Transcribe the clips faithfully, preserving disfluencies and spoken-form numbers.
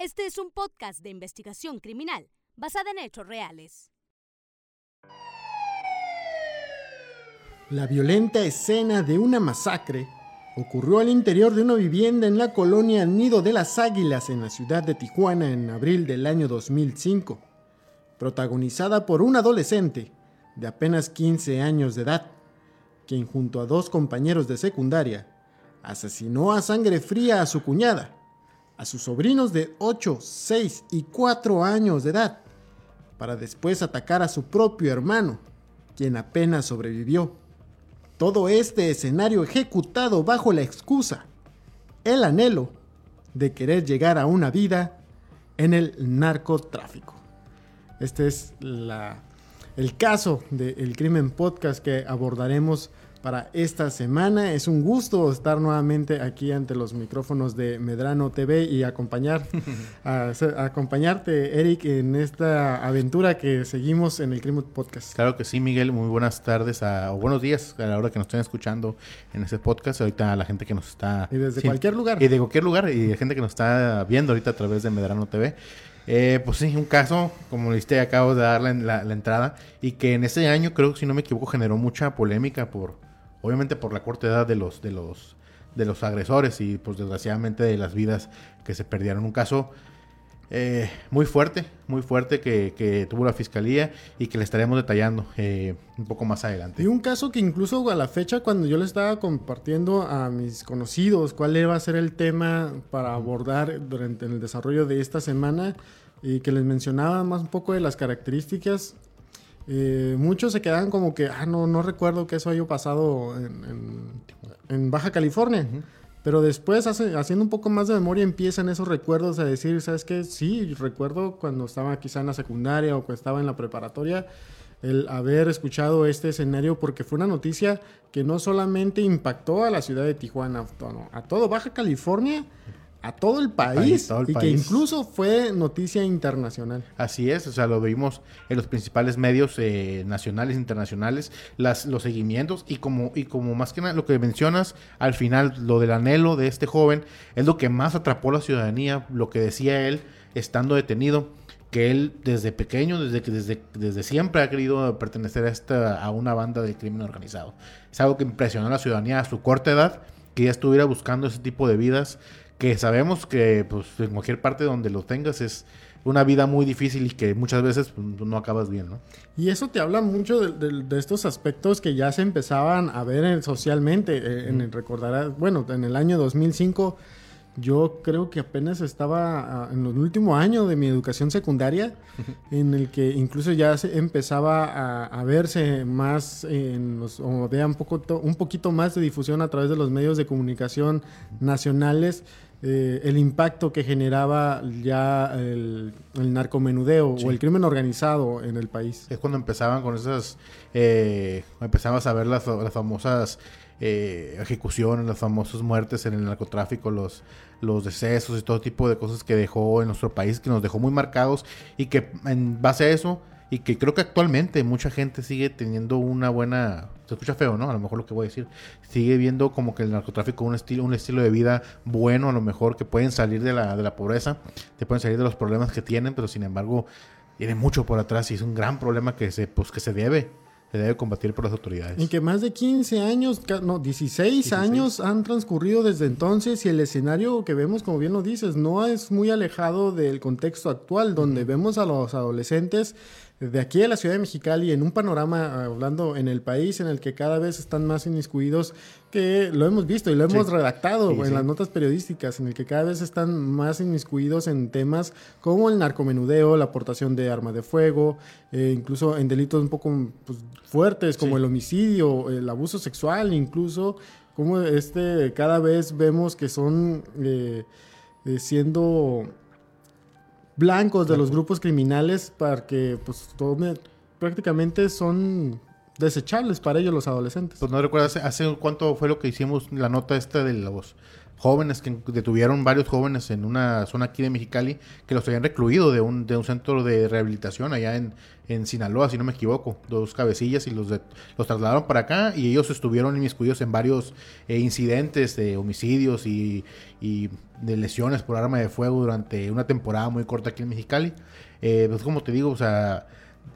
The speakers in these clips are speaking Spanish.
Este es un podcast de investigación criminal basada en hechos reales. La violenta escena de una masacre ocurrió al interior de una vivienda en la colonia Nido de las Águilas en la ciudad de Tijuana en abril del año dos mil cinco, protagonizada por un adolescente de apenas quince años de edad, quien junto a dos compañeros de secundaria asesinó a sangre fría a su cuñada, a sus sobrinos de ocho, seis y cuatro años de edad, para después atacar a su propio hermano, quien apenas sobrevivió. Todo este escenario ejecutado bajo la excusa, el anhelo de querer llegar a una vida en el narcotráfico. Este es la, el caso del Crimen Podcast que abordaremos para esta semana. Es un gusto estar nuevamente aquí ante los micrófonos de Medrano T V y acompañar, a, a acompañarte, Eric, en esta aventura que seguimos en el Crimen Podcast. Claro que sí, Miguel. Muy buenas tardes a, o buenos días a la hora que nos estén escuchando en este podcast. Ahorita a la gente que nos está... Y desde sí, cualquier lugar. Y de cualquier lugar. Y la gente que nos está viendo ahorita a través de Medrano T V. Eh, pues sí, un caso, como viste, acabo de darle la, la entrada. Y que en ese año, creo que si no me equivoco, generó mucha polémica por... Obviamente por la corta edad de los, de los, de los agresores y pues desgraciadamente de las vidas que se perdieron. Un caso eh, muy fuerte, muy fuerte que, que tuvo la fiscalía y que le estaremos detallando eh, un poco más adelante. Y un caso que incluso a la fecha, cuando yo le estaba compartiendo a mis conocidos cuál iba a ser el tema para abordar durante el desarrollo de esta semana y que les mencionaba más un poco de las características, Eh, muchos se quedaban como que, ah, no, no recuerdo que eso haya pasado en, en, en Baja California. Uh-huh. Pero después, hace, haciendo un poco más de memoria, empiezan esos recuerdos a decir, ¿sabes qué? Sí, recuerdo cuando estaba quizá en la secundaria o cuando estaba en la preparatoria, el haber escuchado este escenario, porque fue una noticia que no solamente impactó a la ciudad de Tijuana, a todo Baja California, a todo el país, país todo el y país. Que incluso fue noticia internacional. Así es, o sea, lo vimos en los principales medios eh, nacionales, internacionales, las, los seguimientos y como, y como más que nada lo que mencionas al final, lo del anhelo de este joven, es lo que más atrapó a la ciudadanía, lo que decía él estando detenido, que él desde pequeño, desde que desde, desde siempre ha querido pertenecer a, esta, a una banda de crimen organizado. Es algo que impresionó a la ciudadanía a su corta edad, que ya estuviera buscando ese tipo de vidas, que sabemos que pues en cualquier parte donde lo tengas es una vida muy difícil y que muchas veces pues, no acabas bien, ¿no? Y eso te habla mucho de, de, de estos aspectos que ya se empezaban a ver en, socialmente, eh, en el recordarás, bueno, en el año dos mil cinco yo creo que apenas estaba en el último año de mi educación secundaria, en el que incluso ya se empezaba a, a verse más, en los, o había un, poco, un poquito más de difusión a través de los medios de comunicación nacionales, eh, el impacto que generaba ya el, el narcomenudeo, sí, o el crimen organizado en el país. Es cuando empezaban con esas, eh, empezabas a ver las, las famosas... Eh, ejecuciones, las famosas muertes en el narcotráfico, los, los decesos y todo tipo de cosas que dejó en nuestro país, que nos dejó muy marcados y que en base a eso, y que creo que actualmente mucha gente sigue teniendo una buena, se escucha feo, ¿no? A lo mejor lo que voy a decir, sigue viendo como que el narcotráfico un estilo, un estilo de vida bueno, a lo mejor que pueden salir de la, de la pobreza, te pueden salir de los problemas que tienen, pero sin embargo tiene mucho por atrás y es un gran problema que se, pues, que se debe se debe combatir por las autoridades. Y que más de quince años, no, dieciséis, dieciséis años han transcurrido desde entonces y el escenario que vemos, como bien lo dices, no es muy alejado del contexto actual, donde uh-huh. vemos a los adolescentes de aquí a la ciudad de Mexicali en un panorama, hablando en el país, en el que cada vez están más inmiscuidos, que lo hemos visto y lo hemos sí. redactado sí, en sí. las notas periodísticas, en el que cada vez están más inmiscuidos en temas como el narcomenudeo, la aportación de armas de fuego, eh, incluso en delitos un poco pues, fuertes como sí. el homicidio, el abuso sexual, incluso como este cada vez vemos que son eh, eh, siendo blancos de los grupos criminales para que pues tome, prácticamente son desechables para ellos los adolescentes. Pues no recuerdas hace, hace cuánto fue lo que hicimos la nota esta de los jóvenes que detuvieron varios jóvenes en una zona aquí de Mexicali que los habían recluido de un, de un centro de rehabilitación allá en, en Sinaloa, si no me equivoco, dos cabecillas, y los, de, los trasladaron para acá y ellos estuvieron inmiscuidos en varios eh, incidentes de homicidios y, y de lesiones por arma de fuego durante una temporada muy corta aquí en Mexicali. Eh, pues como te digo, o sea,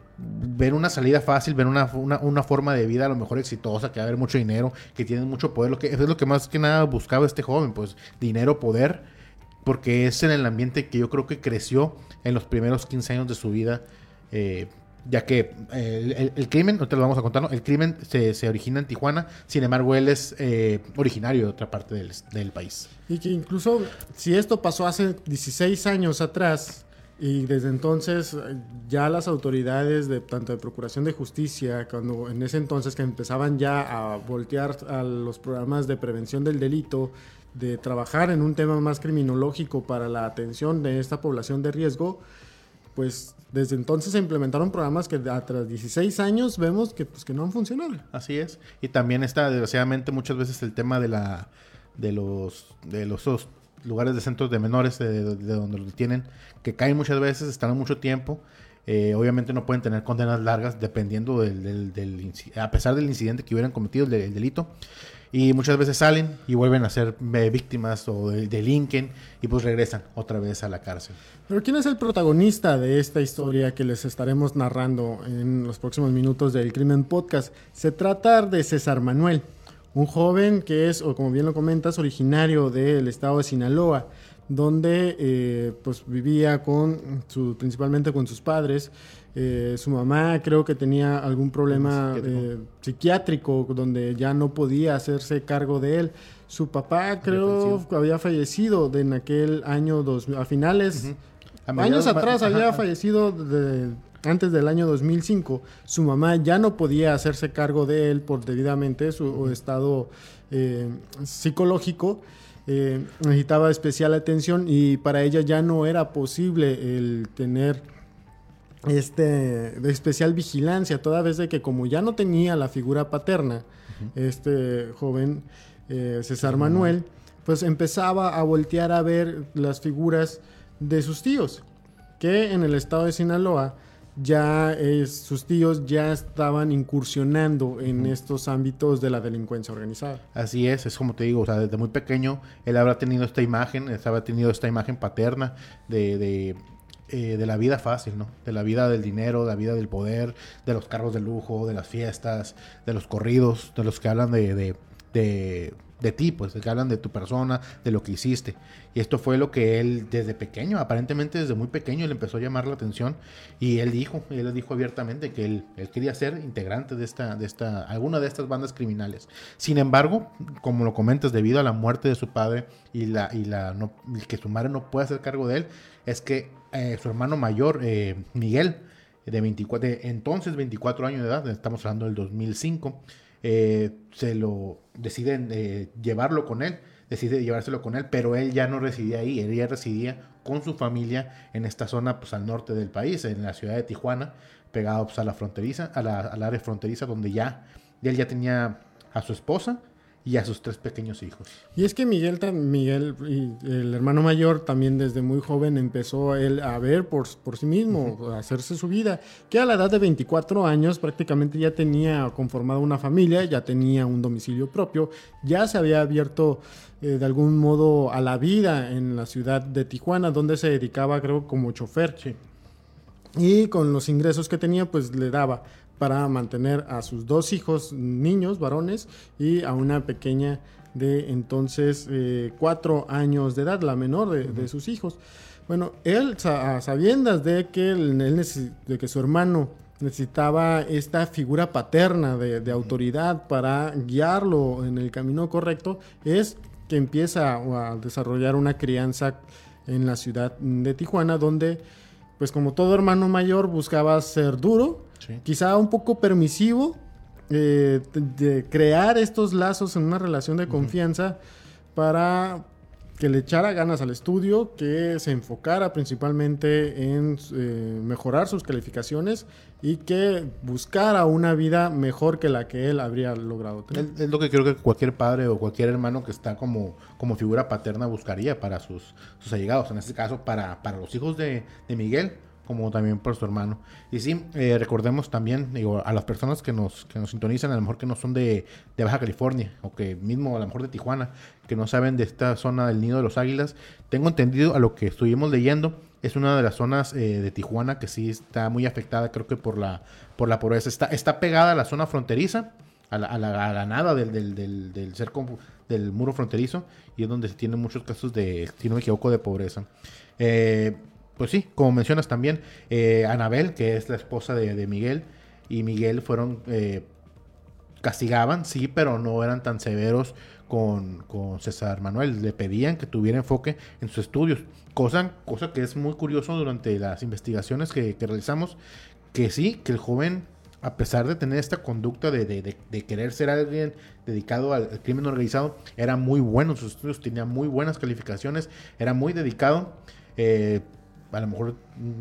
ver una salida fácil, ver una, una, una forma de vida a lo mejor exitosa, que va a haber mucho dinero, que tienen mucho poder, lo que es lo que más que nada buscaba este joven, pues dinero, poder, porque es en el ambiente que yo creo que creció en los primeros quince años de su vida, eh, ya que eh, el, el, el crimen, no te lo vamos a contar, ¿no? El crimen se, se origina en Tijuana, sin embargo él es eh, originario de otra parte del, del país. Y que incluso si esto pasó hace dieciséis años atrás, y desde entonces ya las autoridades de tanto de Procuración de Justicia, cuando en ese entonces que empezaban ya a voltear a los programas de prevención del delito, de trabajar en un tema más criminológico para la atención de esta población de riesgo, pues desde entonces se implementaron programas que a tras dieciséis años vemos que, pues, que no han funcionado. Así es. Y también está desgraciadamente muchas veces el tema de la de los de los lugares de centros de menores de, de, de donde los detienen, que caen muchas veces, están mucho tiempo, eh, obviamente no pueden tener condenas largas dependiendo del, del, del a pesar del incidente que hubieran cometido, el, el delito, y muchas veces salen y vuelven a ser eh, víctimas o de, delinquen y pues regresan otra vez a la cárcel. Pero ¿quién es el protagonista de esta historia que les estaremos narrando en los próximos minutos del Crimen Podcast? Se trata de César Manuel, un joven que es, o como bien lo comentas, originario del estado de Sinaloa, donde eh, pues vivía con su, principalmente con sus padres. Eh, su mamá creo que tenía algún problema eh, psiquiátrico, donde ya no podía hacerse cargo de él. Su papá creo que había fallecido de, en aquel año, dos, a finales, uh-huh. a años mediados, atrás, ajá, había fallecido de... Antes del año dos mil cinco, su mamá ya no podía hacerse cargo de él por debidamente su uh-huh. estado eh, psicológico, eh, necesitaba especial atención y para ella ya no era posible el tener este de especial vigilancia, toda vez de que como ya no tenía la figura paterna, uh-huh. este joven eh, César uh-huh. Manuel, pues empezaba a voltear a ver las figuras de sus tíos, que en el estado de Sinaloa ya es, sus tíos ya estaban incursionando en uh-huh. estos ámbitos de la delincuencia organizada. Así es, es como te digo, o sea, desde muy pequeño él habrá tenido esta imagen, él habrá tenido esta imagen paterna de, de, eh, de la vida fácil, ¿no? De la vida del dinero, de la vida del poder, de los carros de lujo, de las fiestas, de los corridos, de los que hablan de, de, de, de ti, pues, de que hablan de tu persona, de lo que hiciste. Y esto fue lo que él desde pequeño, aparentemente desde muy pequeño, le empezó a llamar la atención y él dijo, él dijo abiertamente que él, él quería ser integrante de esta, de esta, alguna de estas bandas criminales. Sin embargo, como lo comentas, debido a la muerte de su padre y la, y la no, que su madre no puede hacer cargo de él, es que eh, su hermano mayor, eh, Miguel, de veinticuatro, de entonces veinticuatro años de edad, estamos hablando del dos mil cinco, eh, se lo deciden eh, llevarlo con él, decide llevárselo con él, pero él ya no residía ahí, él ya residía con su familia en esta zona, pues al norte del país, en la ciudad de Tijuana, pegado pues a la fronteriza, a la, al área fronteriza, donde ya él ya tenía a su esposa y a sus tres pequeños hijos. Y es que Miguel, Miguel el hermano mayor, también desde muy joven empezó él a ver por, por sí mismo, uh-huh. a hacerse su vida, que a la edad de veinticuatro años prácticamente ya tenía conformada una familia, ya tenía un domicilio propio, ya se había abierto eh, de algún modo a la vida en la ciudad de Tijuana, donde se dedicaba, creo, como chofer. Sí. Y con los ingresos que tenía, pues le daba para mantener a sus dos hijos niños, varones, y a una pequeña de entonces eh, cuatro años de edad, la menor de, uh-huh. de sus hijos. Bueno, él, a sabiendas de que, él, neces- de que su hermano necesitaba esta figura paterna de, de autoridad para guiarlo en el camino correcto, es que empieza a desarrollar una crianza en la ciudad de Tijuana, donde, pues como todo hermano mayor, buscaba ser duro, sí. quizá un poco permisivo, eh, de crear estos lazos en una relación de confianza uh-huh. para que le echara ganas al estudio, que se enfocara principalmente en eh, mejorar sus calificaciones y que buscara una vida mejor que la que él habría logrado tener. Es, es lo que creo que cualquier padre o cualquier hermano que está como, como figura paterna buscaría para sus, sus allegados. En este caso, para, para los hijos de, de Miguel, como también por su hermano. Y sí, eh, recordemos también, digo, a las personas que nos, que nos sintonizan, a lo mejor que no son de, de Baja California, o que mismo a lo mejor de Tijuana, que no saben de esta zona del Nido de los Águilas. Tengo entendido, a lo que estuvimos leyendo, es una de las zonas eh, de Tijuana que sí está muy afectada, creo que por la, por la pobreza. Está, está pegada a la zona fronteriza, a la, a la, a la nada del, del, del, del cerco, del muro fronterizo, y es donde se tienen muchos casos de, si no me equivoco, de pobreza. Eh... Pues sí, como mencionas también, eh, Anabel, que es la esposa de, de Miguel, y Miguel fueron, eh, castigaban, sí, pero no eran tan severos con, con César Manuel. Le pedían que tuviera enfoque en sus estudios, cosa, cosa que es muy curioso durante las investigaciones que, que realizamos, que sí, que el joven, a pesar de tener esta conducta de, de, de, de querer ser alguien dedicado al, al crimen organizado, era muy bueno en sus estudios, tenía muy buenas calificaciones, era muy dedicado, eh, a lo mejor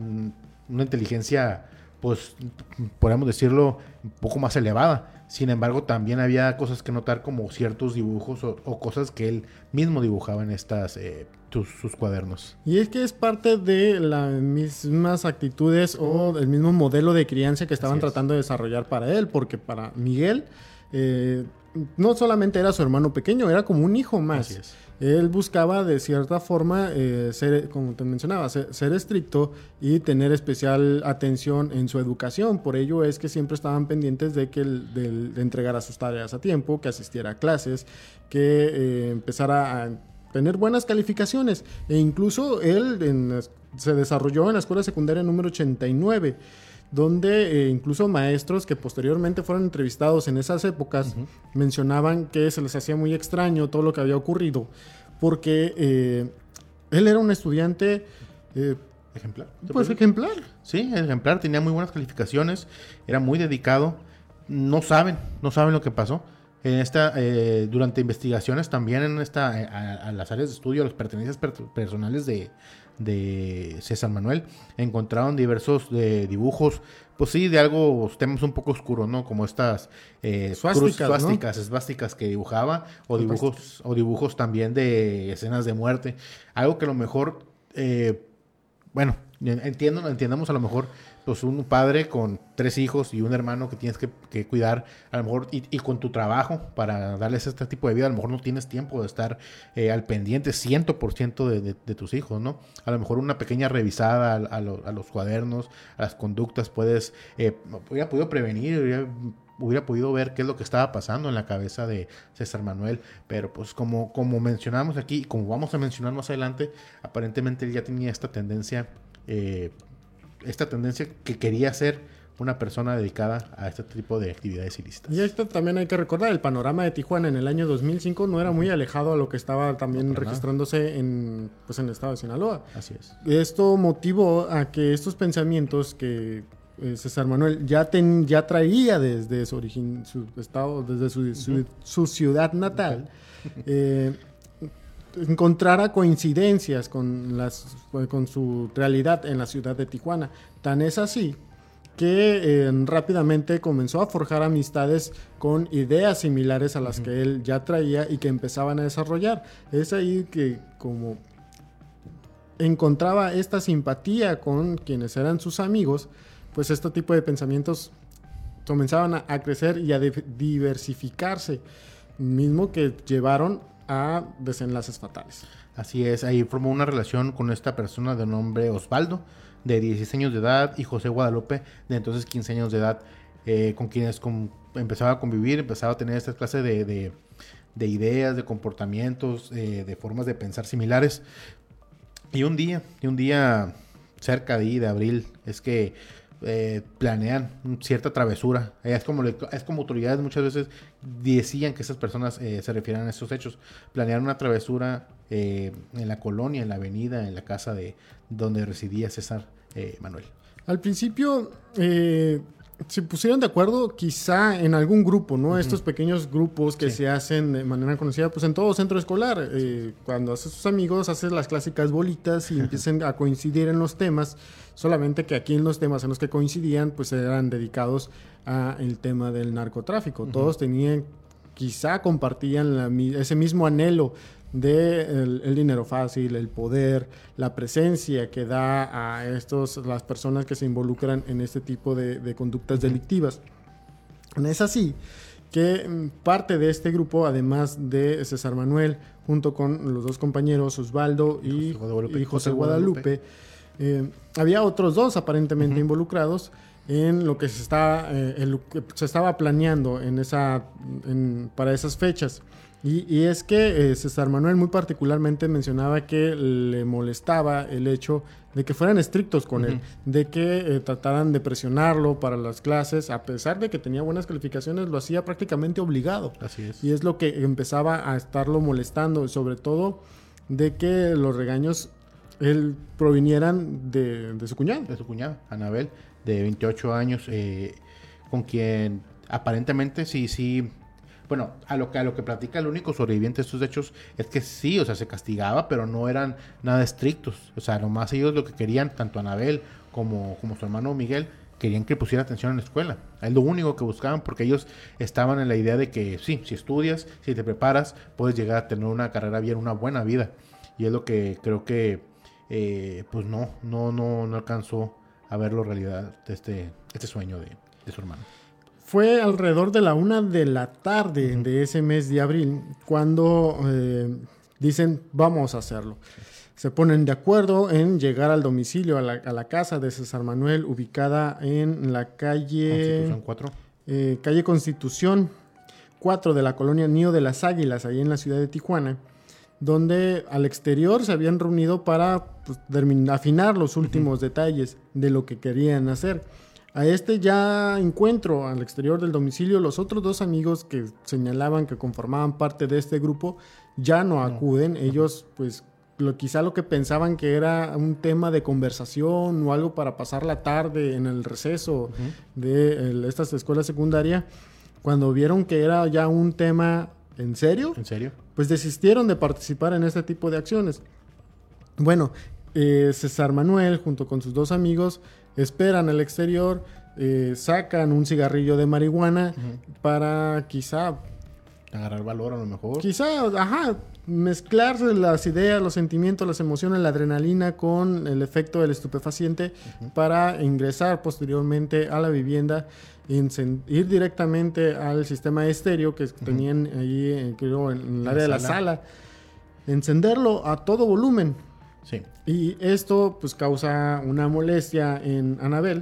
una inteligencia, pues podríamos decirlo, un poco más elevada. Sin embargo, también había cosas que notar, como ciertos dibujos o, o cosas que él mismo dibujaba en estas eh, sus, sus cuadernos. Y es que es parte de las mismas actitudes o del mismo modelo de crianza que estaban tratando de desarrollar para él, porque para Miguel eh, no solamente era su hermano pequeño, era como un hijo más. Así es. Él buscaba de cierta forma eh, ser, como te mencionaba, ser, ser estricto y tener especial atención en su educación. Por ello es que siempre estaban pendientes de que él de, de entregara sus tareas a tiempo, que asistiera a clases, que eh, empezara a tener buenas calificaciones. E incluso él en, se desarrolló en la escuela secundaria número ochenta y nueve, donde eh, incluso maestros que posteriormente fueron entrevistados en esas épocas uh-huh. mencionaban que se les hacía muy extraño todo lo que había ocurrido, porque eh, él era un estudiante eh, ejemplar. Pues ejemplar. Sí, ejemplar, tenía muy buenas calificaciones, era muy dedicado. No saben, no saben lo que pasó. En esta, eh, durante investigaciones también en esta, a, a las áreas de estudio, a las pertenencias per- personales de, de César Manuel, encontraron diversos eh, dibujos, pues sí, de algo, temas un poco oscuros, ¿no? Como estas eh, suásticas, suásticas, ¿no? esvásticas que dibujaba, o dibujos, o dibujos también de escenas de muerte. Algo que a lo mejor, eh, bueno, entiendo, entendamos a lo mejor, pues un padre con tres hijos y un hermano que tienes que, que cuidar, a lo mejor, y, y con tu trabajo para darles este tipo de vida, a lo mejor no tienes tiempo de estar eh, al pendiente cien por ciento de, de, de tus hijos, ¿no? A lo mejor una pequeña revisada a, a, lo, a los cuadernos, a las conductas, puedes, eh, hubiera podido prevenir, hubiera, hubiera podido ver qué es lo que estaba pasando en la cabeza de César Manuel, pero pues como, como mencionamos aquí, y como vamos a mencionar más adelante, aparentemente él ya tenía esta tendencia, eh, esta tendencia que quería ser una persona dedicada a este tipo de actividades ilícitas. Y esto también hay que recordar, el panorama de Tijuana en el año dos mil cinco no era muy alejado a lo que estaba también no, registrándose en, pues, en el estado de Sinaloa. Así es. Esto motivó a que estos pensamientos que eh, César Manuel ya, ten, ya traía desde su origen, su estado, desde su, su, uh-huh. su ciudad natal, eh, encontrara coincidencias con, las, con su realidad en la ciudad de Tijuana. Tan es así que eh, rápidamente comenzó a forjar amistades con ideas similares a las uh-huh. que él ya traía y que empezaban a desarrollar. Es ahí que como encontraba esta simpatía con quienes eran sus amigos, pues este tipo de pensamientos comenzaban a, a crecer y a de- diversificarse, mismo que llevaron a desenlaces fatales. Así es, ahí formó una relación con esta persona de nombre Osvaldo, de dieciséis años de edad, y José Guadalupe, de entonces quince años de edad, eh, con quienes con, empezaba a convivir, empezaba a tener esta clase de, de, de ideas, de comportamientos, eh, de formas de pensar similares. Y un día, y un día cerca de ahí, de abril, es que eh, planean cierta travesura. Eh, es, como, es como autoridades muchas veces decían que esas personas eh, se refieran a estos hechos. Planearon una travesura eh, en la colonia, en la avenida, en la casa de donde residía César eh, Manuel. Al principio, eh, se pusieron de acuerdo quizá en algún grupo, ¿no? Uh-huh. Estos pequeños grupos que sí. se hacen de manera conocida, pues en todo centro escolar. Eh, cuando haces tus amigos, haces las clásicas bolitas y empiezan a coincidir en los temas, solamente que aquí en los temas en los que coincidían, pues eran dedicados al tema del narcotráfico. Uh-huh. Todos tenían, quizá compartían la, ese mismo anhelo de el, el dinero fácil, el poder, la presencia que da a estos, las personas que se involucran en este tipo de, de conductas delictivas. Es así que parte de este grupo, además de César Manuel, junto con los dos compañeros Osvaldo y, José Guadalupe, y José Guadalupe, eh, había otros dos aparentemente uh-huh. involucrados en lo que se, está, eh, el, que se estaba planeando en esa, en, para esas fechas. Y, y es que eh, César Manuel muy particularmente mencionaba que le molestaba el hecho de que fueran estrictos con uh-huh. él, de que eh, trataran de presionarlo para las clases, a pesar de que tenía buenas calificaciones, lo hacía prácticamente obligado. Así es. Y es lo que empezaba a estarlo molestando, sobre todo de que los regaños él provinieran de, de su cuñada. De su cuñada, Anabel, de veintiocho años, eh, con quien aparentemente sí, sí... Bueno, a lo que a lo que platica el único sobreviviente de estos hechos es que sí, o sea, se castigaba, pero no eran nada estrictos. O sea, nomás ellos lo que querían, tanto Anabel como, como su hermano Miguel, querían que pusiera atención en la escuela. Es lo único que buscaban, porque ellos estaban en la idea de que sí, si estudias, si te preparas, puedes llegar a tener una carrera bien, una buena vida. Y es lo que creo que, eh, pues no, no, no, no alcanzó a verlo realidad, de este, este sueño de, de su hermano. Fue alrededor de la una de la tarde uh-huh. de ese mes de abril cuando eh, dicen vamos a hacerlo. Se ponen de acuerdo en llegar al domicilio, a la, a la casa de César Manuel, ubicada en la calle Constitución cuatro. Eh, calle Constitución cuatro de la colonia Nido de las Águilas, ahí en la ciudad de Tijuana, donde al exterior se habían reunido para pues, terminar, afinar los últimos uh-huh. detalles de lo que querían hacer. A este ya encuentro al exterior del domicilio, los otros dos amigos que señalaban que conformaban parte de este grupo ya no acuden. No. Ellos, pues, lo, quizá lo que pensaban que era un tema de conversación o algo para pasar la tarde en el receso uh-huh. de el, esta escuela secundaria, cuando vieron que era ya un tema en serio, ¿En serio? pues desistieron de participar en este tipo de acciones. Bueno, eh, César Manuel, junto con sus dos amigos, esperan al exterior, eh, sacan un cigarrillo de marihuana uh-huh. para quizá... agarrar valor a lo mejor. Quizá, ajá, mezclarse las ideas, los sentimientos, las emociones, la adrenalina con el efecto del estupefaciente uh-huh. para ingresar posteriormente a la vivienda, incend- ir directamente al sistema estéreo que uh-huh. tenían ahí, eh, creo, en, en el área de la sala, encenderlo a todo volumen. Sí. Y esto pues causa una molestia en Anabel,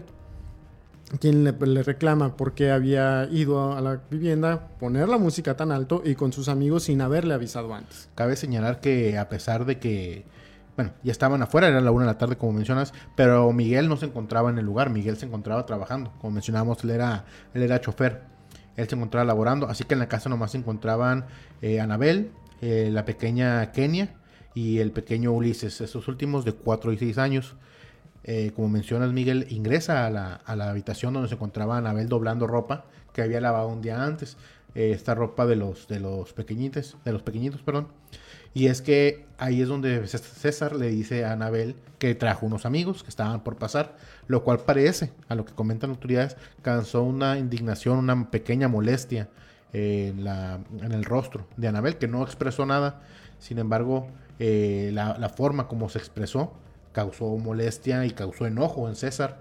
quien le, le reclama porque había ido a la vivienda, poner la música tan alto y con sus amigos sin haberle avisado antes. Cabe señalar que a pesar de que, bueno, ya estaban afuera, era la una de la tarde como mencionas, pero Miguel no se encontraba en el lugar, Miguel se encontraba trabajando, como mencionábamos, él era, él era chofer, él se encontraba laborando, así que en la casa nomás se encontraban eh, Anabel, eh, la pequeña Kenia, y el pequeño Ulises, esos últimos de cuatro y seis años. Eh, como mencionas, Miguel ingresa a la, a la habitación donde se encontraba Anabel doblando ropa que había lavado un día antes. Eh, esta ropa de los, de los pequeñitos, de los pequeñitos, perdón. Y es que ahí es donde César le dice a Anabel que trajo unos amigos que estaban por pasar, lo cual parece, a lo que comentan autoridades, causó una indignación, una pequeña molestia eh, en, la, en el rostro de Anabel, que no expresó nada. Sin embargo, eh, la, la forma como se expresó causó molestia y causó enojo en César,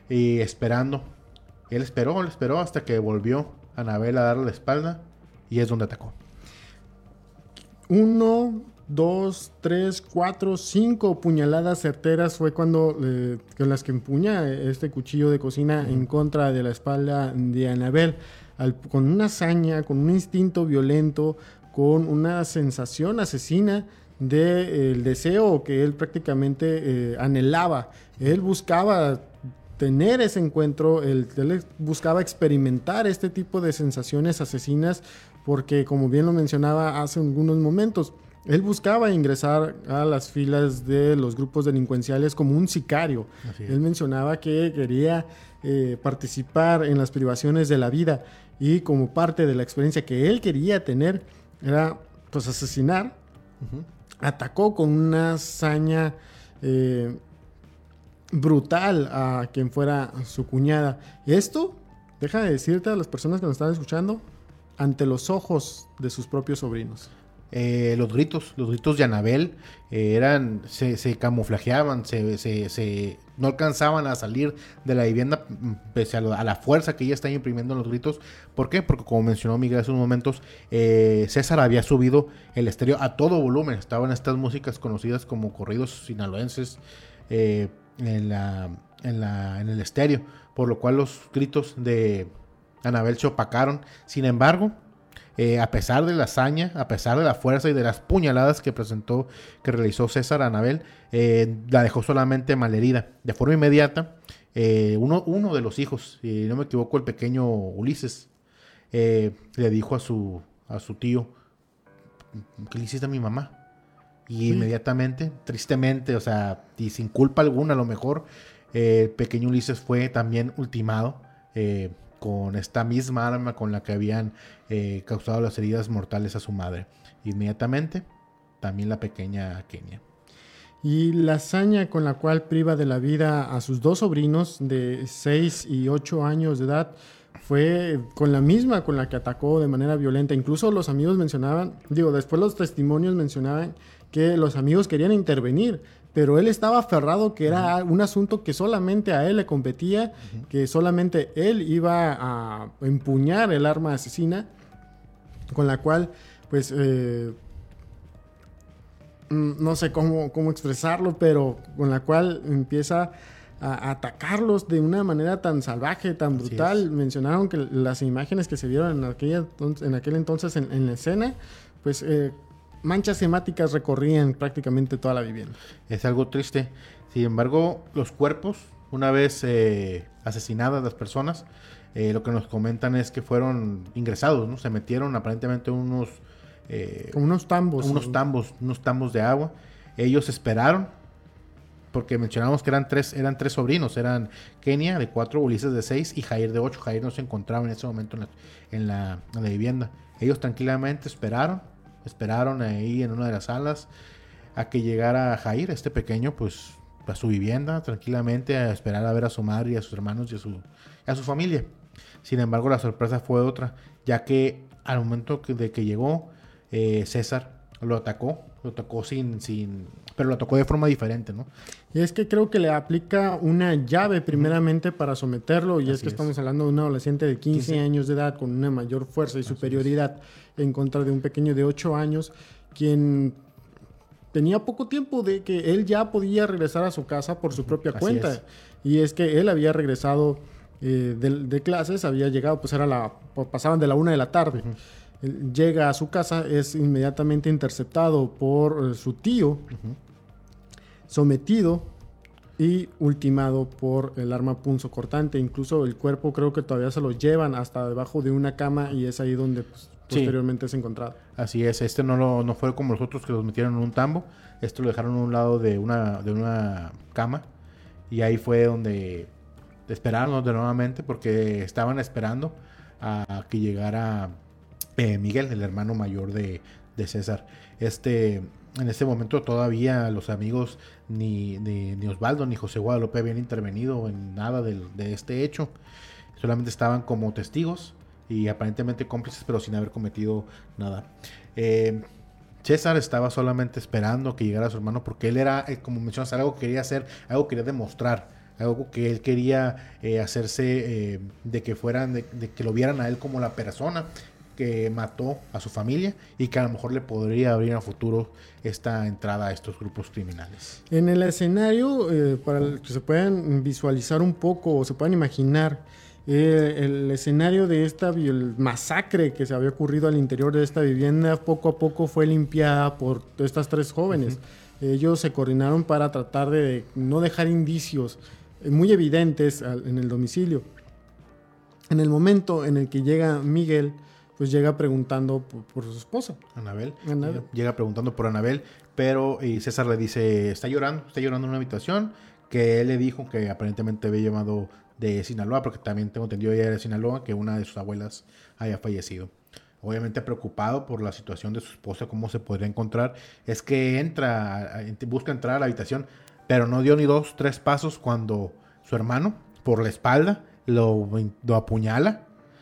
y esperando, él esperó, él esperó hasta que volvió Anabel a darle la espalda, y es donde atacó. Uno, dos, tres, cuatro, cinco puñaladas certeras fue cuando eh, con las que empuña este cuchillo de cocina uh-huh. en contra de la espalda de Anabel, al, con una hazaña, con un instinto violento, con una sensación asesina del de, deseo que él prácticamente eh, anhelaba. Él buscaba tener ese encuentro, él, él buscaba experimentar este tipo de sensaciones asesinas, porque como bien lo mencionaba hace algunos momentos, él buscaba ingresar a las filas de los grupos delincuenciales como un sicario. Él mencionaba que quería eh, participar en las privaciones de la vida y como parte de la experiencia que él quería tener era pues asesinar. Uh-huh. Atacó con una hazaña eh, brutal a quien fuera su cuñada. Esto, deja de decirte a las personas que nos están escuchando, ante los ojos de sus propios sobrinos. Eh, los gritos, los gritos de Anabel eh, eran, se, se camuflajeaban, se, se, se, no alcanzaban a salir de la vivienda pese a, lo, a la fuerza que ella está imprimiendo en los gritos. ¿Por qué? Porque como mencionó Miguel hace unos momentos, eh, César había subido el estéreo a todo volumen. Estaban estas músicas conocidas como corridos sinaloenses eh, en, la, en, la, en el estéreo, por lo cual los gritos de Anabel se opacaron. Sin embargo, Eh, a pesar de la hazaña, a pesar de la fuerza y de las puñaladas que presentó, que realizó César a Anabel, eh, la dejó solamente malherida. De forma inmediata, eh, uno, uno de los hijos, si no me equivoco, el pequeño Ulises, eh, le dijo a su, a su tío, ¿qué le hiciste a mi mamá? Y sí. Inmediatamente, tristemente, o sea, y sin culpa alguna a lo mejor, eh, el pequeño Ulises fue también ultimado, eh, con esta misma arma con la que habían eh, causado las heridas mortales a su madre. Inmediatamente, también la pequeña Kenia. Y la hazaña con la cual priva de la vida a sus dos sobrinos de seis y ocho años de edad fue con la misma con la que atacó de manera violenta. Incluso los amigos mencionaban, digo, después los testimonios mencionaban que los amigos querían intervenir, pero él estaba aferrado que era uh-huh. un asunto que solamente a él le competía, uh-huh. que solamente él iba a empuñar el arma asesina, con la cual, pues, eh, no sé cómo, cómo expresarlo, pero con la cual empieza a atacarlos de una manera tan salvaje, tan brutal. Mencionaron que las imágenes que se vieron en, aquella, en aquel entonces en, en la escena, pues... Eh, manchas hemáticas recorrían prácticamente toda la vivienda. Es algo triste. Sin embargo, los cuerpos, una vez eh, asesinadas las personas, eh, lo que nos comentan es que fueron ingresados, ¿no? Se metieron aparentemente unos... Eh, Como unos tambos. Unos tambos, unos tambos de agua. Ellos esperaron, porque mencionamos que eran tres, eran tres sobrinos. Eran Kenia de cuatro, Ulises de seis y Jair de ocho. Jair no se encontraba en ese momento en la, en la, en la vivienda. Ellos tranquilamente esperaron. Esperaron ahí en una de las salas a que llegara Jair, este pequeño, pues a su vivienda, tranquilamente, a esperar a ver a su madre y a sus hermanos y a su, a su familia. Sin embargo, la sorpresa fue otra, ya que al momento que, de que llegó, eh, César lo atacó, lo atacó sin, sin, pero lo atacó de forma diferente, ¿no? Y es que creo que le aplica una llave primeramente uh-huh. para someterlo, y Así es que es. estamos hablando de un adolescente de quince, quince años de edad con una mayor fuerza y Así superioridad es. en contra de un pequeño de ocho años, quien tenía poco tiempo de que él ya podía regresar a su casa por su propia Así cuenta. Es. Y es que él había regresado eh, de, de clases, había llegado, pues era la, pasaban de la una de la tarde. Uh-huh. Llega a su casa, es inmediatamente interceptado por eh, su tío, uh-huh. sometido y ultimado por el arma punzocortante. Incluso el cuerpo creo que todavía se lo llevan hasta debajo de una cama y es ahí donde pues, posteriormente sí. es encontrado. Así es, este no, lo, no fue como los otros que los metieron en un tambo, este lo dejaron a un lado de una, de una cama y ahí fue donde esperaron de nuevamente porque estaban esperando a que llegara... Eh, Miguel, el hermano mayor de, de César. Este, en este momento todavía los amigos ni, ni, ni Osvaldo ni José Guadalupe habían intervenido en nada de, de este hecho. Solamente estaban como testigos y aparentemente cómplices, pero sin haber cometido nada. Eh, César estaba solamente esperando que llegara su hermano porque él era, eh, como mencionas, algo que quería hacer, algo que quería demostrar. Algo que él quería eh, hacerse eh, de que fueran, de, de que lo vieran a él como la persona que mató a su familia y que a lo mejor le podría abrir a futuro esta entrada a estos grupos criminales. En el escenario, eh, para que se puedan visualizar un poco o se puedan imaginar, eh, el escenario de esta el masacre que se había ocurrido al interior de esta vivienda poco a poco fue limpiada por estas tres jóvenes. Uh-huh. Ellos se coordinaron para tratar de no dejar indicios muy evidentes en el domicilio. En el momento en el que llega Miguel, pues llega preguntando por, por su esposa. Anabel. Anabel. Llega preguntando por Anabel, pero y César le dice, está llorando, está llorando en una habitación, que él le dijo que aparentemente había llamado de Sinaloa, porque también tengo entendido ella era de Sinaloa, que una de sus abuelas haya fallecido. Obviamente preocupado por la situación de su esposa, cómo se podría encontrar, es que entra, busca entrar a la habitación, pero no dio ni dos, tres pasos cuando su hermano, por la espalda, lo, lo apuñala.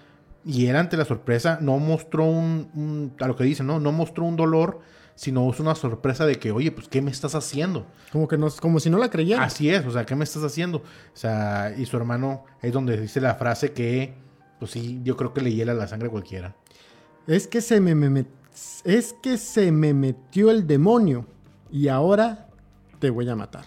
Y él, ante la sorpresa, no mostró un, un, a lo que dicen, ¿no? No mostró un dolor, sino es una sorpresa de que, oye, pues, ¿qué me estás haciendo? Como que no, como si no la creyera. Así es, o sea, ¿qué me estás haciendo? O sea, y su hermano es donde dice la frase que, pues sí, yo creo que le hiela la sangre a cualquiera. Es que se me, me, me es que se me metió el demonio y ahora te voy a matar.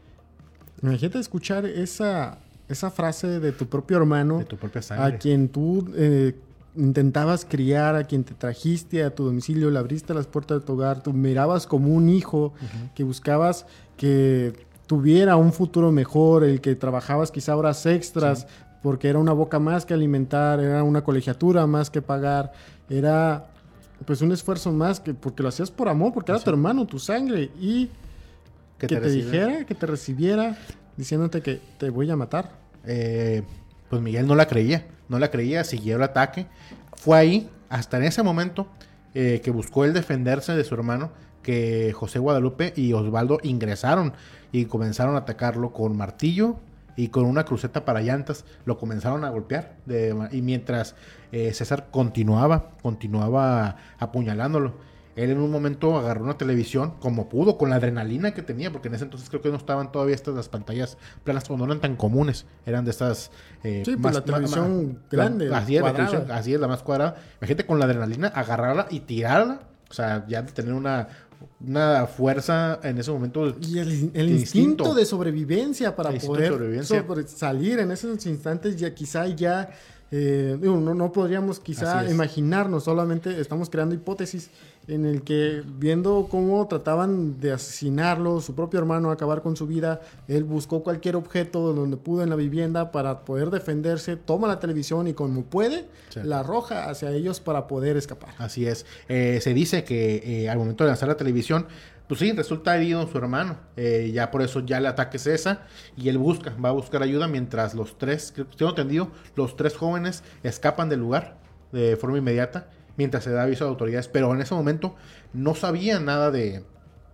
Imagínate escuchar esa, esa frase de tu propio hermano, de tu propia sangre, a quien tú eh, intentabas criar, a quien te trajiste a tu domicilio, le abriste las puertas de tu hogar, tú mirabas como un hijo, uh-huh. que buscabas que tuviera un futuro mejor, el que trabajabas quizá horas extras, sí. porque era una boca más que alimentar, era una colegiatura más que pagar, era pues un esfuerzo más, que porque lo hacías por amor, porque era sí. tu hermano, tu sangre, y que, que te, te dijera, que te recibiera, diciéndote que te voy a matar. Eh, pues Miguel no la creía, no la creía, siguió el ataque. Fue ahí, hasta en ese momento, eh, que buscó él defenderse de su hermano, que José Guadalupe y Osvaldo ingresaron y comenzaron a atacarlo con martillo y con una cruceta para llantas. Lo comenzaron a golpear, de, y mientras eh, César continuaba, continuaba apuñalándolo. Él en un momento agarró una televisión como pudo, con la adrenalina que tenía, porque en ese entonces creo que no estaban todavía estas las pantallas planas, no eran tan comunes, eran de estas eh, sí, más, pues la televisión más, grande, la, así, es, la televisión, así es, la más cuadrada. Imagínate con la adrenalina agarrarla y tirarla, o sea, ya de tener una, una fuerza en ese momento. Y el, el instinto, instinto de sobrevivencia para poder sobrevivencia. Sobre, salir en esos instantes, ya quizá ya eh, no, no podríamos quizá imaginarnos, solamente estamos creando hipótesis en el que, viendo cómo trataban de asesinarlo, su propio hermano, acabar con su vida, él buscó cualquier objeto donde pudo en la vivienda para poder defenderse, toma la televisión y como puede, sí. la arroja hacia ellos para poder escapar. Así es. Eh, se dice que eh, al momento de lanzar la televisión, pues sí, resulta herido su hermano. Eh, ya por eso ya el ataque cesa y él busca, va a buscar ayuda mientras los tres, que tengo entendido, los tres jóvenes escapan del lugar de forma inmediata, mientras se da aviso a autoridades, pero en ese momento no sabía nada de,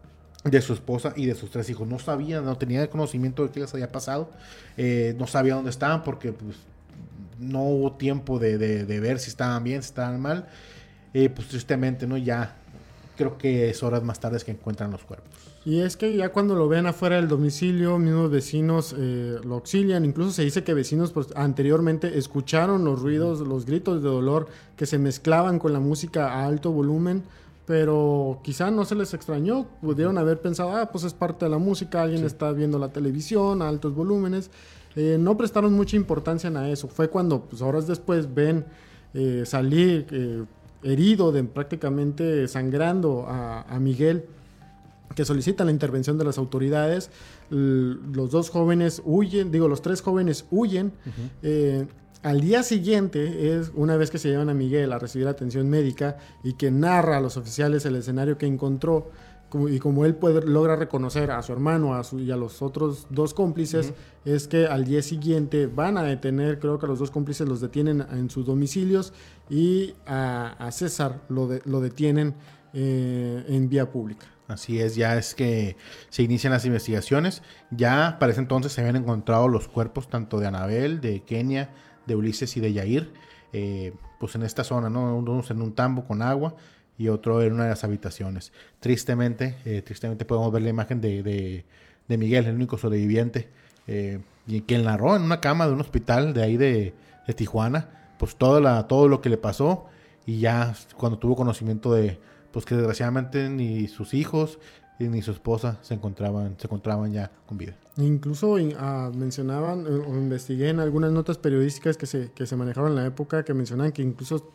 de su esposa y de sus tres hijos, no sabía, no tenía conocimiento de qué les había pasado, eh, no sabía dónde estaban porque pues, no hubo tiempo de, de, de ver si estaban bien, si estaban mal, eh, pues tristemente, ¿no? Ya creo que es horas más tarde que encuentran los cuerpos. Y es que ya cuando lo ven afuera del domicilio, mismos vecinos eh, lo auxilian. Incluso se dice que vecinos pues, anteriormente escucharon los ruidos, los gritos de dolor que se mezclaban con la música a alto volumen, pero quizá no se les extrañó. Pudieron haber pensado, ah, pues es parte de la música, alguien sí. está viendo la televisión a altos volúmenes. Eh, no prestaron mucha importancia a eso. Fue cuando pues, horas después ven eh, salir eh, herido, de, prácticamente sangrando a, a Miguel, que solicita la intervención de las autoridades. Los dos jóvenes huyen, digo, los tres jóvenes huyen. Uh-huh. Eh, al día siguiente, es una vez que se llevan a Miguel a recibir atención médica y que narra a los oficiales el escenario que encontró, como, y como él puede, logra reconocer a su hermano a su, y a los otros dos cómplices, uh-huh. es que al día siguiente van a detener, creo que a los dos cómplices los detienen en sus domicilios y a, a César lo, de, lo detienen eh, en vía pública. Así es, ya es que se inician las investigaciones. Ya para ese entonces se habían encontrado los cuerpos tanto de Anabel, de Kenia, de Ulises y de Yair, eh, pues en esta zona, ¿no? Uno en un tambo con agua y otro en una de las habitaciones. Tristemente, eh, tristemente podemos ver la imagen de, de, de Miguel, el único sobreviviente, eh, y quien narró en una cama de un hospital de ahí de, de Tijuana, pues todo, la, todo lo que le pasó, y ya cuando tuvo conocimiento de pues que desgraciadamente ni sus hijos ni su esposa se encontraban, se encontraban ya con vida. Incluso uh, mencionaban o uh, investigué en algunas notas periodísticas que se, que se manejaron en la época, que mencionaban que incluso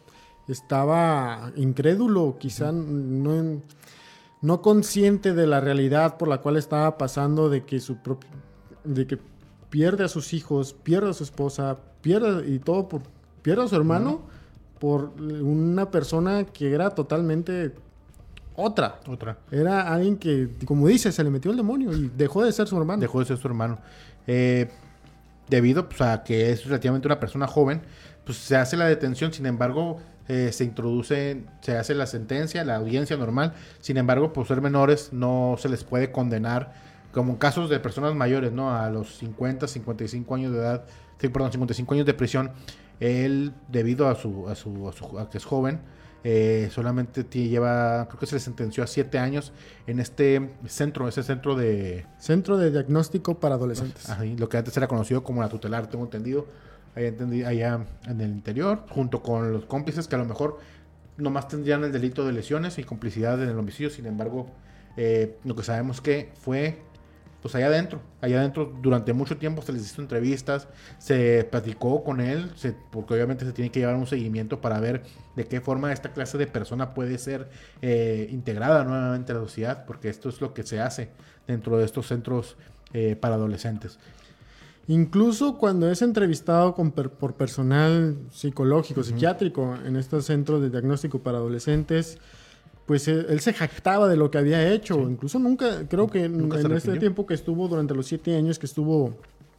estaba incrédulo, quizá uh-huh. no, no consciente de la realidad por la cual estaba pasando, de que su propio, de que pierde a sus hijos, pierde a su esposa, pierde y todo por pierde a su hermano. Uh-huh. por una persona que era totalmente otra. Otra. Era alguien que, como dice, se le metió el demonio y dejó de ser su hermano. Dejó de ser su hermano. Eh, debido pues, a que es relativamente una persona joven, pues se hace la detención, sin embargo, eh, se introduce, se hace la sentencia, la audiencia normal. Sin embargo, por ser menores, no se les puede condenar, como en casos de personas mayores, ¿no? A los cincuenta, cincuenta y cinco años de edad, sí, perdón, cincuenta y cinco años de prisión. Él, debido a su, a su, a su a que es joven, eh, solamente t- lleva, creo que se le sentenció a siete años en este centro, ese centro de... Centro de Diagnóstico para Adolescentes. Ajá, lo que antes era conocido como la tutelar, tengo entendido, allá, entendi- allá en el interior, junto con los cómplices que a lo mejor nomás tendrían el delito de lesiones y complicidad en el homicidio. Sin embargo, eh, lo que sabemos que fue... pues allá adentro, allá adentro durante mucho tiempo se les hizo entrevistas, se platicó con él, se, porque obviamente se tiene que llevar un seguimiento para ver de qué forma esta clase de persona puede ser eh, integrada nuevamente a la sociedad, porque esto es lo que se hace dentro de estos centros eh, para adolescentes. Incluso cuando es entrevistado con per- por personal psicológico, Uh-huh. psiquiátrico en estos centros de diagnóstico para adolescentes, pues él, él se jactaba de lo que había hecho. Sí. Incluso nunca, creo que en, Nunca se en este arrepintió. tiempo que estuvo, durante los siete años que estuvo,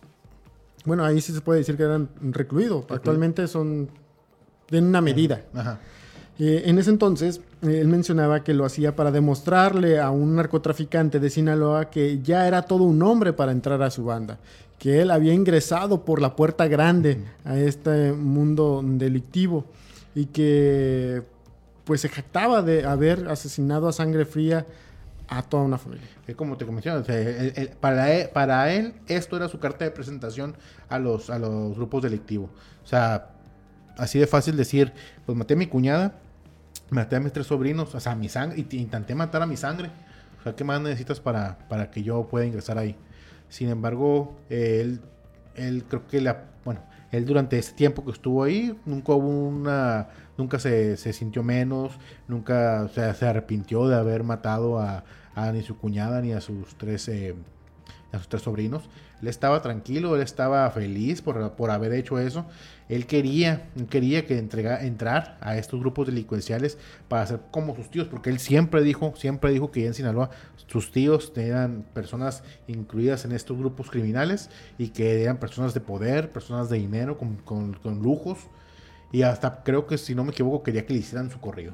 bueno, ahí sí se puede decir que eran recluidos. Actualmente son en una medida. Ajá. Eh, en ese entonces, eh, él mencionaba que lo hacía para demostrarle a un narcotraficante de Sinaloa que ya era todo un hombre para entrar a su banda, que él había ingresado por la puerta grande uh-huh. a este mundo delictivo y que pues se jactaba de haber asesinado a sangre fría a toda una familia. Es como te mencioné, o sea, él, él, para, él, para él esto era su carta de presentación a los, a los grupos delictivos. O sea, así de fácil decir, pues maté a mi cuñada, maté a mis tres sobrinos, o sea, mi sangre, y intenté matar a mi sangre. O sea, ¿qué más necesitas para, para que yo pueda ingresar ahí? Sin embargo, eh, él, él creo que la, bueno, él durante ese tiempo que estuvo ahí, nunca hubo una, nunca se, se sintió menos, nunca, o sea, se arrepintió de haber matado a, a ni su cuñada ni a sus tres, eh, a sus tres sobrinos. Él estaba tranquilo, él estaba feliz por, por haber hecho eso. Él quería, él quería que entrega, entrar a estos grupos delincuenciales para ser como sus tíos, porque él siempre dijo, siempre dijo que en Sinaloa sus tíos eran personas incluidas en estos grupos criminales y que eran personas de poder, personas de dinero, con, con, con lujos, y hasta creo que, si no me equivoco, quería que le hicieran su corrido.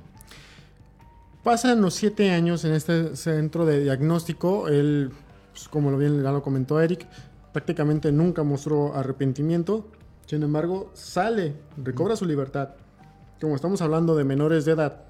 Pasan los siete años en este centro de diagnóstico. Él, pues, como lo bien ya lo comentó Eric, prácticamente nunca mostró arrepentimiento. Sin embargo, sale, recobra su libertad. Como estamos hablando de menores de edad,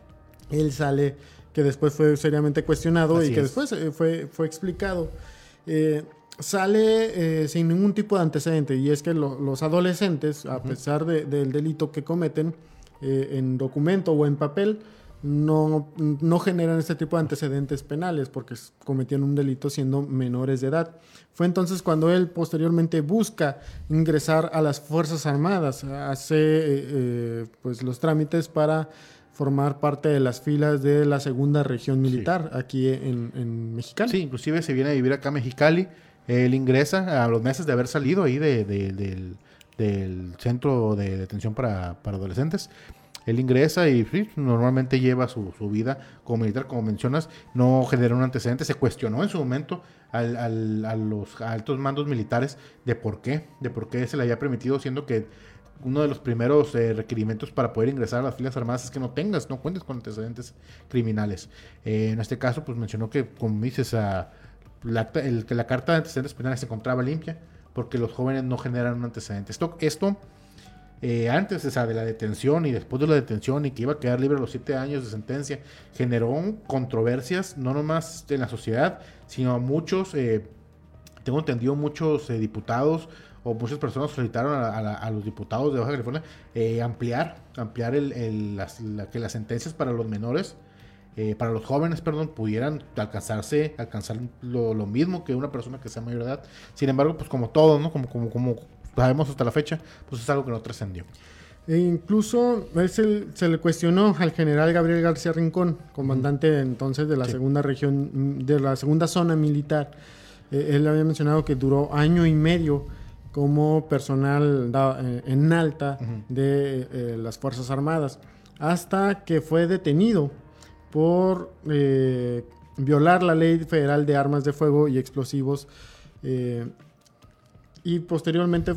él sale, que después fue seriamente cuestionado Así y que es. después eh, fue, fue explicado. Eh, sale eh, sin ningún tipo de antecedente, y es que lo, los adolescentes, a uh-huh. pesar de, del delito que cometen, eh, en documento o en papel, no, no generan este tipo de antecedentes penales porque cometían un delito siendo menores de edad. Fue entonces cuando él posteriormente busca ingresar a las Fuerzas Armadas, hace eh, eh, pues los trámites para formar parte de las filas de la segunda región militar sí. aquí en, en Mexicali. Sí, inclusive se viene a vivir acá a Mexicali. Él ingresa a los meses de haber salido ahí de, de, del, del centro de detención para, para adolescentes. Él ingresa y sí, normalmente lleva su, su vida como militar, como mencionas, no generó un antecedente. Se cuestionó en su momento al, al, a los altos mandos militares de por qué, de por qué se le había permitido, siendo que uno de los primeros eh, requerimientos para poder ingresar a las filas armadas es que no tengas, no cuentes con antecedentes criminales. Eh, en este caso, pues mencionó que, como dices, a, la, el, que la carta de antecedentes penales se encontraba limpia porque los jóvenes no generan un antecedente. Esto... esto Eh, antes o sea, de la detención y después de la detención y que iba a quedar libre a los siete años de sentencia, generó controversias no nomás en la sociedad, sino a muchos, eh, tengo entendido, muchos eh, diputados o muchas personas solicitaron a, a, a los diputados de Baja California eh, ampliar, ampliar el, el, las, la, que las sentencias para los menores, eh, para los jóvenes, perdón, pudieran alcanzarse, alcanzar lo, lo mismo que una persona que sea mayor de edad. Sin embargo, pues como todo, ¿no? Como, como, como sabemos hasta la fecha, pues es algo que no trascendió. E incluso se, se le cuestionó al general Gabriel García Rincón, comandante uh-huh. entonces de la sí. segunda región, de la segunda zona militar. Eh, él había mencionado que duró año y medio como personal da, eh, en alta uh-huh. de eh, las Fuerzas Armadas, hasta que fue detenido por eh, violar la Ley Federal de Armas de Fuego y Explosivos, eh, y posteriormente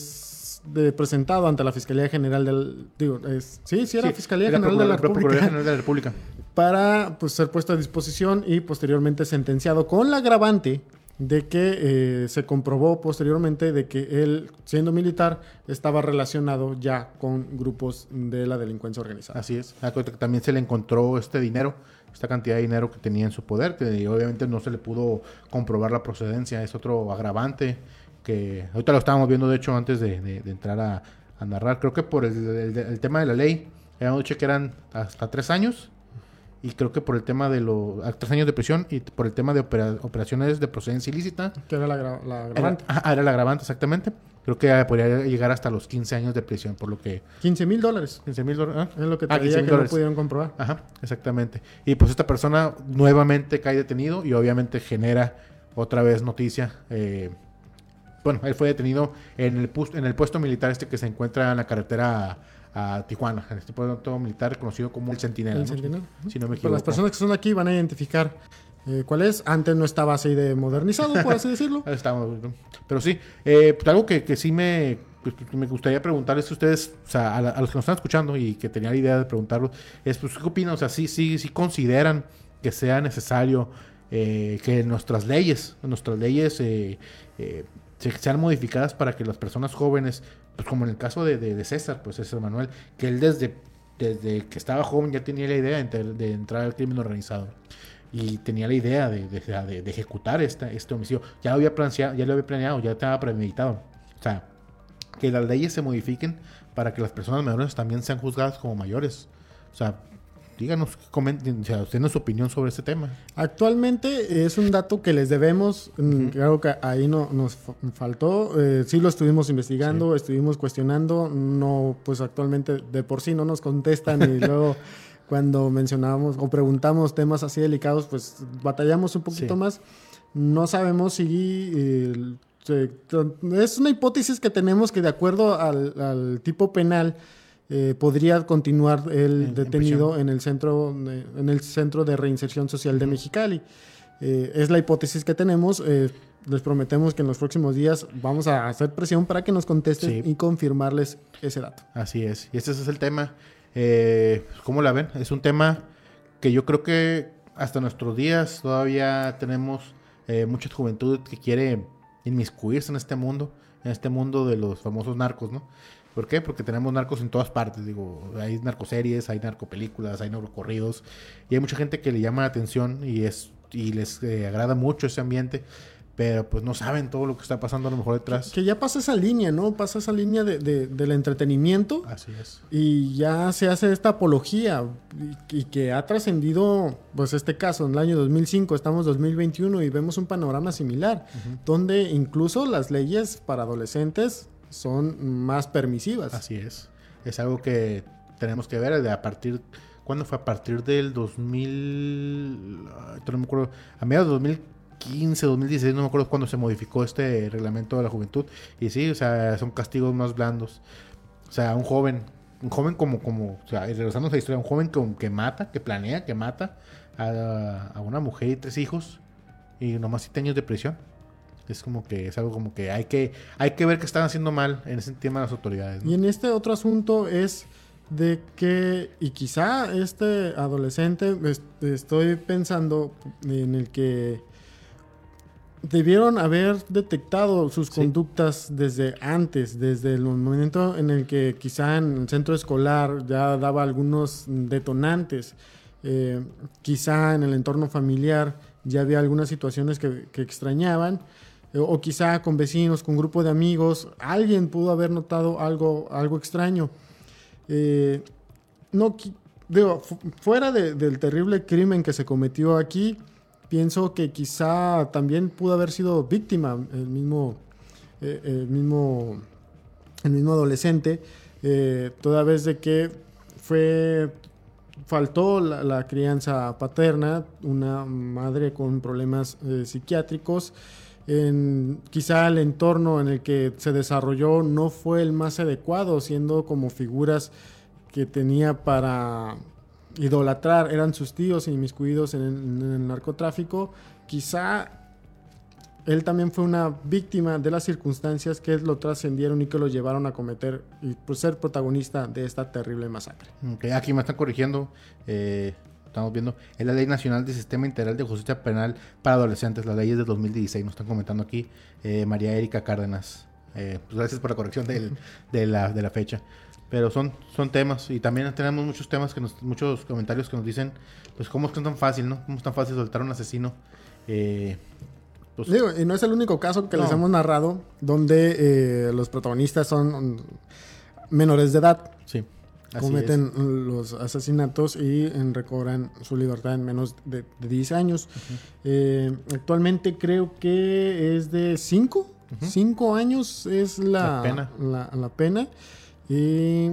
es de, presentado ante la Fiscalía General del... Digo, es, sí, sí era sí, Fiscalía era General, de la República, General de la República para pues, ser puesto a disposición y posteriormente sentenciado con la agravante de que eh, se comprobó posteriormente de que él, siendo militar, estaba relacionado ya con grupos de la delincuencia organizada. Así es. También se le encontró este dinero, esta cantidad de dinero que tenía en su poder, que obviamente no se le pudo comprobar la procedencia. Es otro agravante que ahorita lo estábamos viendo, de hecho, antes de, de, de entrar a, a narrar. Creo que por el, el, el tema de la ley, habíamos dicho que eran hasta tres años. Y creo que por el tema de los tres años de prisión y por el tema de opera, operaciones de procedencia ilícita. Que era la, la agravante. Era, ah, era la agravante, exactamente. Creo que podría llegar hasta los quince años de prisión, por lo que... quince mil dólares. quince mil dólares. ¿eh? Es lo que te decía que dólares. No pudieron comprobar. Ajá, exactamente. Y pues esta persona nuevamente cae detenido y obviamente genera otra vez noticia. Eh, bueno, él fue detenido en el, en el puesto militar este que se encuentra en la carretera a Tijuana, en este puesto militar conocido como el Centinela. El ¿no? Centinela. Si no me equivoco. Pero las personas que son aquí van a identificar eh, cuál es. Antes no estaba así de modernizado, por así decirlo. Estamos, pero sí, eh, pues algo que, que sí me, pues, me gustaría preguntarles a ustedes, o sea, a, la, a los que nos están escuchando y que tenía la idea de preguntarlo, es, pues, ¿qué opinan? O sea, sí, sí, sí consideran que sea necesario eh, que nuestras leyes, nuestras leyes eh, eh, sean modificadas para que las personas jóvenes, pues como en el caso de, de, de César, pues César Manuel, que él desde, desde que estaba joven ya tenía la idea de, de entrar al crimen organizado y tenía la idea de, de, de, de ejecutar esta, este homicidio, ya lo había planeado, ya lo había planeado, ya estaba premeditado. O sea, que las leyes se modifiquen para que las personas mayores también sean juzgadas como mayores. O sea, díganos, comenten, o sea, tienen su opinión sobre este tema. Actualmente es un dato que les debemos, uh-huh. Creo que ahí no, nos faltó, eh, sí lo estuvimos investigando, sí. Estuvimos cuestionando, no, pues actualmente de por sí no nos contestan y luego cuando mencionábamos o preguntamos temas así delicados, pues batallamos un poquito sí. más. No sabemos si... Eh, se, es una hipótesis que tenemos que de acuerdo al, al tipo penal, Eh, podría continuar el en, detenido en, en el centro de, en el centro de reinserción social uh-huh. de Mexicali. Eh, es la hipótesis que tenemos. Eh, les prometemos que en los próximos días vamos a hacer presión para que nos contesten sí. y confirmarles ese dato. Así es. Y este es el tema. Eh, ¿Cómo la ven? Es un tema que yo creo que hasta nuestros días todavía tenemos eh, mucha juventud que quiere inmiscuirse en este mundo, en este mundo de los famosos narcos, ¿no? ¿Por qué? Porque tenemos narcos en todas partes, digo, hay narcoseries, hay narcopelículas, hay narcocorridos, y hay mucha gente que le llama la atención y es y les eh, agrada mucho ese ambiente, pero pues no saben todo lo que está pasando a lo mejor detrás. Que, que ya pasa esa línea, ¿no? Pasa esa línea de, de, del entretenimiento. Así es. Y ya se hace esta apología, y, y que ha trascendido, pues este caso, en el año dos mil cinco, estamos en dos mil veintiuno y vemos un panorama similar, uh-huh. donde incluso las leyes para adolescentes son más permisivas. Así es. Es algo que tenemos que ver de a partir... ¿Cuándo fue? A partir del dos mil... No me acuerdo. A mediados de dos mil quince, dos mil dieciséis, no me acuerdo cuándo se modificó este reglamento de la juventud. Y sí, o sea, son castigos más blandos. O sea, un joven... Un joven como... como o sea, regresando a esa historia, un joven que, que mata, que planea, que mata a, a una mujer y tres hijos. Y nomás siete años de prisión. Es como que es algo como que hay que hay que ver que están haciendo mal en ese tema las autoridades, ¿no? Y en este otro asunto es de que, y quizá este adolescente, estoy pensando en el que debieron haber detectado sus sí. conductas desde antes, desde el momento en el que quizá en el centro escolar ya daba algunos detonantes, eh, quizá en el entorno familiar ya había algunas situaciones que, que extrañaban, o quizá con vecinos, con grupo de amigos, alguien pudo haber notado algo, algo extraño. Eh, no, digo, fu- fuera de, del terrible crimen que se cometió aquí, pienso que quizá también pudo haber sido víctima el mismo, eh, el mismo, el mismo adolescente, eh, toda vez de que fue... faltó la, la crianza paterna, una madre con problemas eh, psiquiátricos, en, quizá el entorno en el que se desarrolló no fue el más adecuado, siendo como figuras que tenía para idolatrar, eran sus tíos inmiscuidos en el, en el narcotráfico. Quizá él también fue una víctima de las circunstancias que lo trascendieron y que lo llevaron a cometer y por ser protagonista de esta terrible masacre. Okay, aquí me están corrigiendo, eh, estamos viendo, es la Ley Nacional de Sistema Integral de Justicia Penal para Adolescentes, la ley es de dos mil dieciséis, nos están comentando aquí eh, María Erika Cárdenas. Eh, pues gracias por la corrección del, de, la, de la fecha. Pero son, son temas, y también tenemos muchos temas, que nos, muchos comentarios que nos dicen, pues cómo es que es tan fácil, ¿no? Cómo es tan fácil soltar a un asesino. Eh, pues, Digo, y no es el único caso que no. les hemos narrado donde eh, los protagonistas son menores de edad. Sí. Así Cometen es. los asesinatos y en, recobran su libertad en menos de, de diez años. Uh-huh. Eh, actualmente creo que es de cinco. Uh-huh. cinco años es la, La pena. La, la pena. Y,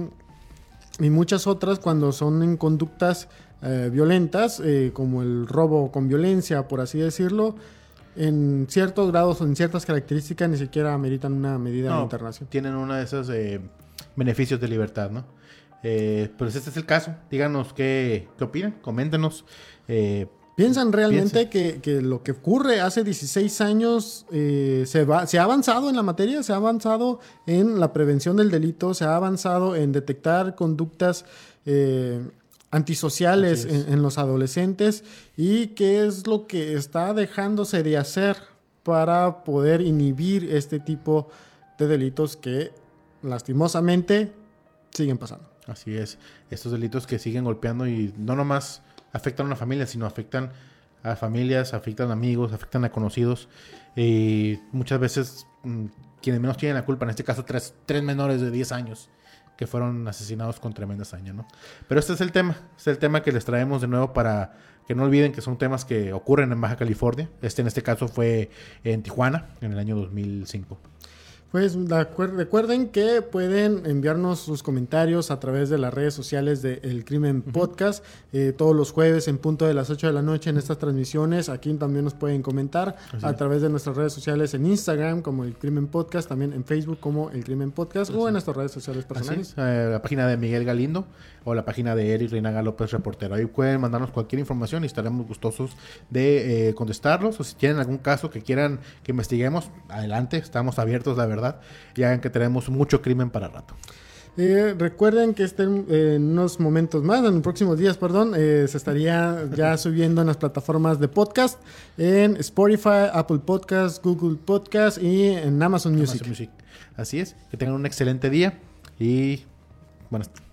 y muchas otras cuando son en conductas eh, violentas, eh, como el robo con violencia, por así decirlo, en ciertos grados o en ciertas características ni siquiera ameritan una medida No, de internación. Tienen uno de esos eh, beneficios de libertad, ¿no? Eh, pues este es el caso. Díganos qué, qué opinan, coméntenos. Eh, ¿Piensan realmente piensen. que, que lo que ocurre hace dieciséis años eh, se, va, se ha avanzado en la materia? ¿Se ha avanzado en la prevención del delito? ¿Se ha avanzado en detectar conductas eh, antisociales en, en los adolescentes? ¿Y qué es lo que está dejándose de hacer para poder inhibir este tipo de delitos que lastimosamente siguen pasando? Así es. Estos delitos que siguen golpeando y no nomás afectan a una familia, sino afectan a familias, afectan a amigos, afectan a conocidos. Y muchas veces mmm, quienes menos tienen la culpa, en este caso tres, tres menores de diez años que fueron asesinados con tremenda hazaña, ¿no? Pero este es el tema, este es el tema que les traemos de nuevo para que no olviden que son temas que ocurren en Baja California. Este en este caso fue en Tijuana, en el año dos mil cinco. Pues recuerden que pueden enviarnos sus comentarios a través de las redes sociales de El Crimen uh-huh. Podcast, eh, todos los jueves en punto de las ocho de la noche en estas transmisiones. Aquí también nos pueden comentar Así a es. través de nuestras redes sociales en Instagram como El Crimen Podcast, también en Facebook como El Crimen Podcast Así o en nuestras redes sociales personales. Eh, la página de Miguel Galindo o la página de Eric Reinaga López Reportero. Ahí pueden mandarnos cualquier información y estaremos gustosos de eh, contestarlos, o si tienen algún caso que quieran que investiguemos, adelante, estamos abiertos, la verdad. Y hagan que tenemos mucho crimen para rato. Eh, recuerden que estén eh, en unos momentos más, en los próximos días, perdón, eh, se estaría ya subiendo en las plataformas de podcast, en Spotify, Apple Podcast, Google Podcast y en Amazon Music. Amazon Music. Así es, que tengan un excelente día y buenas,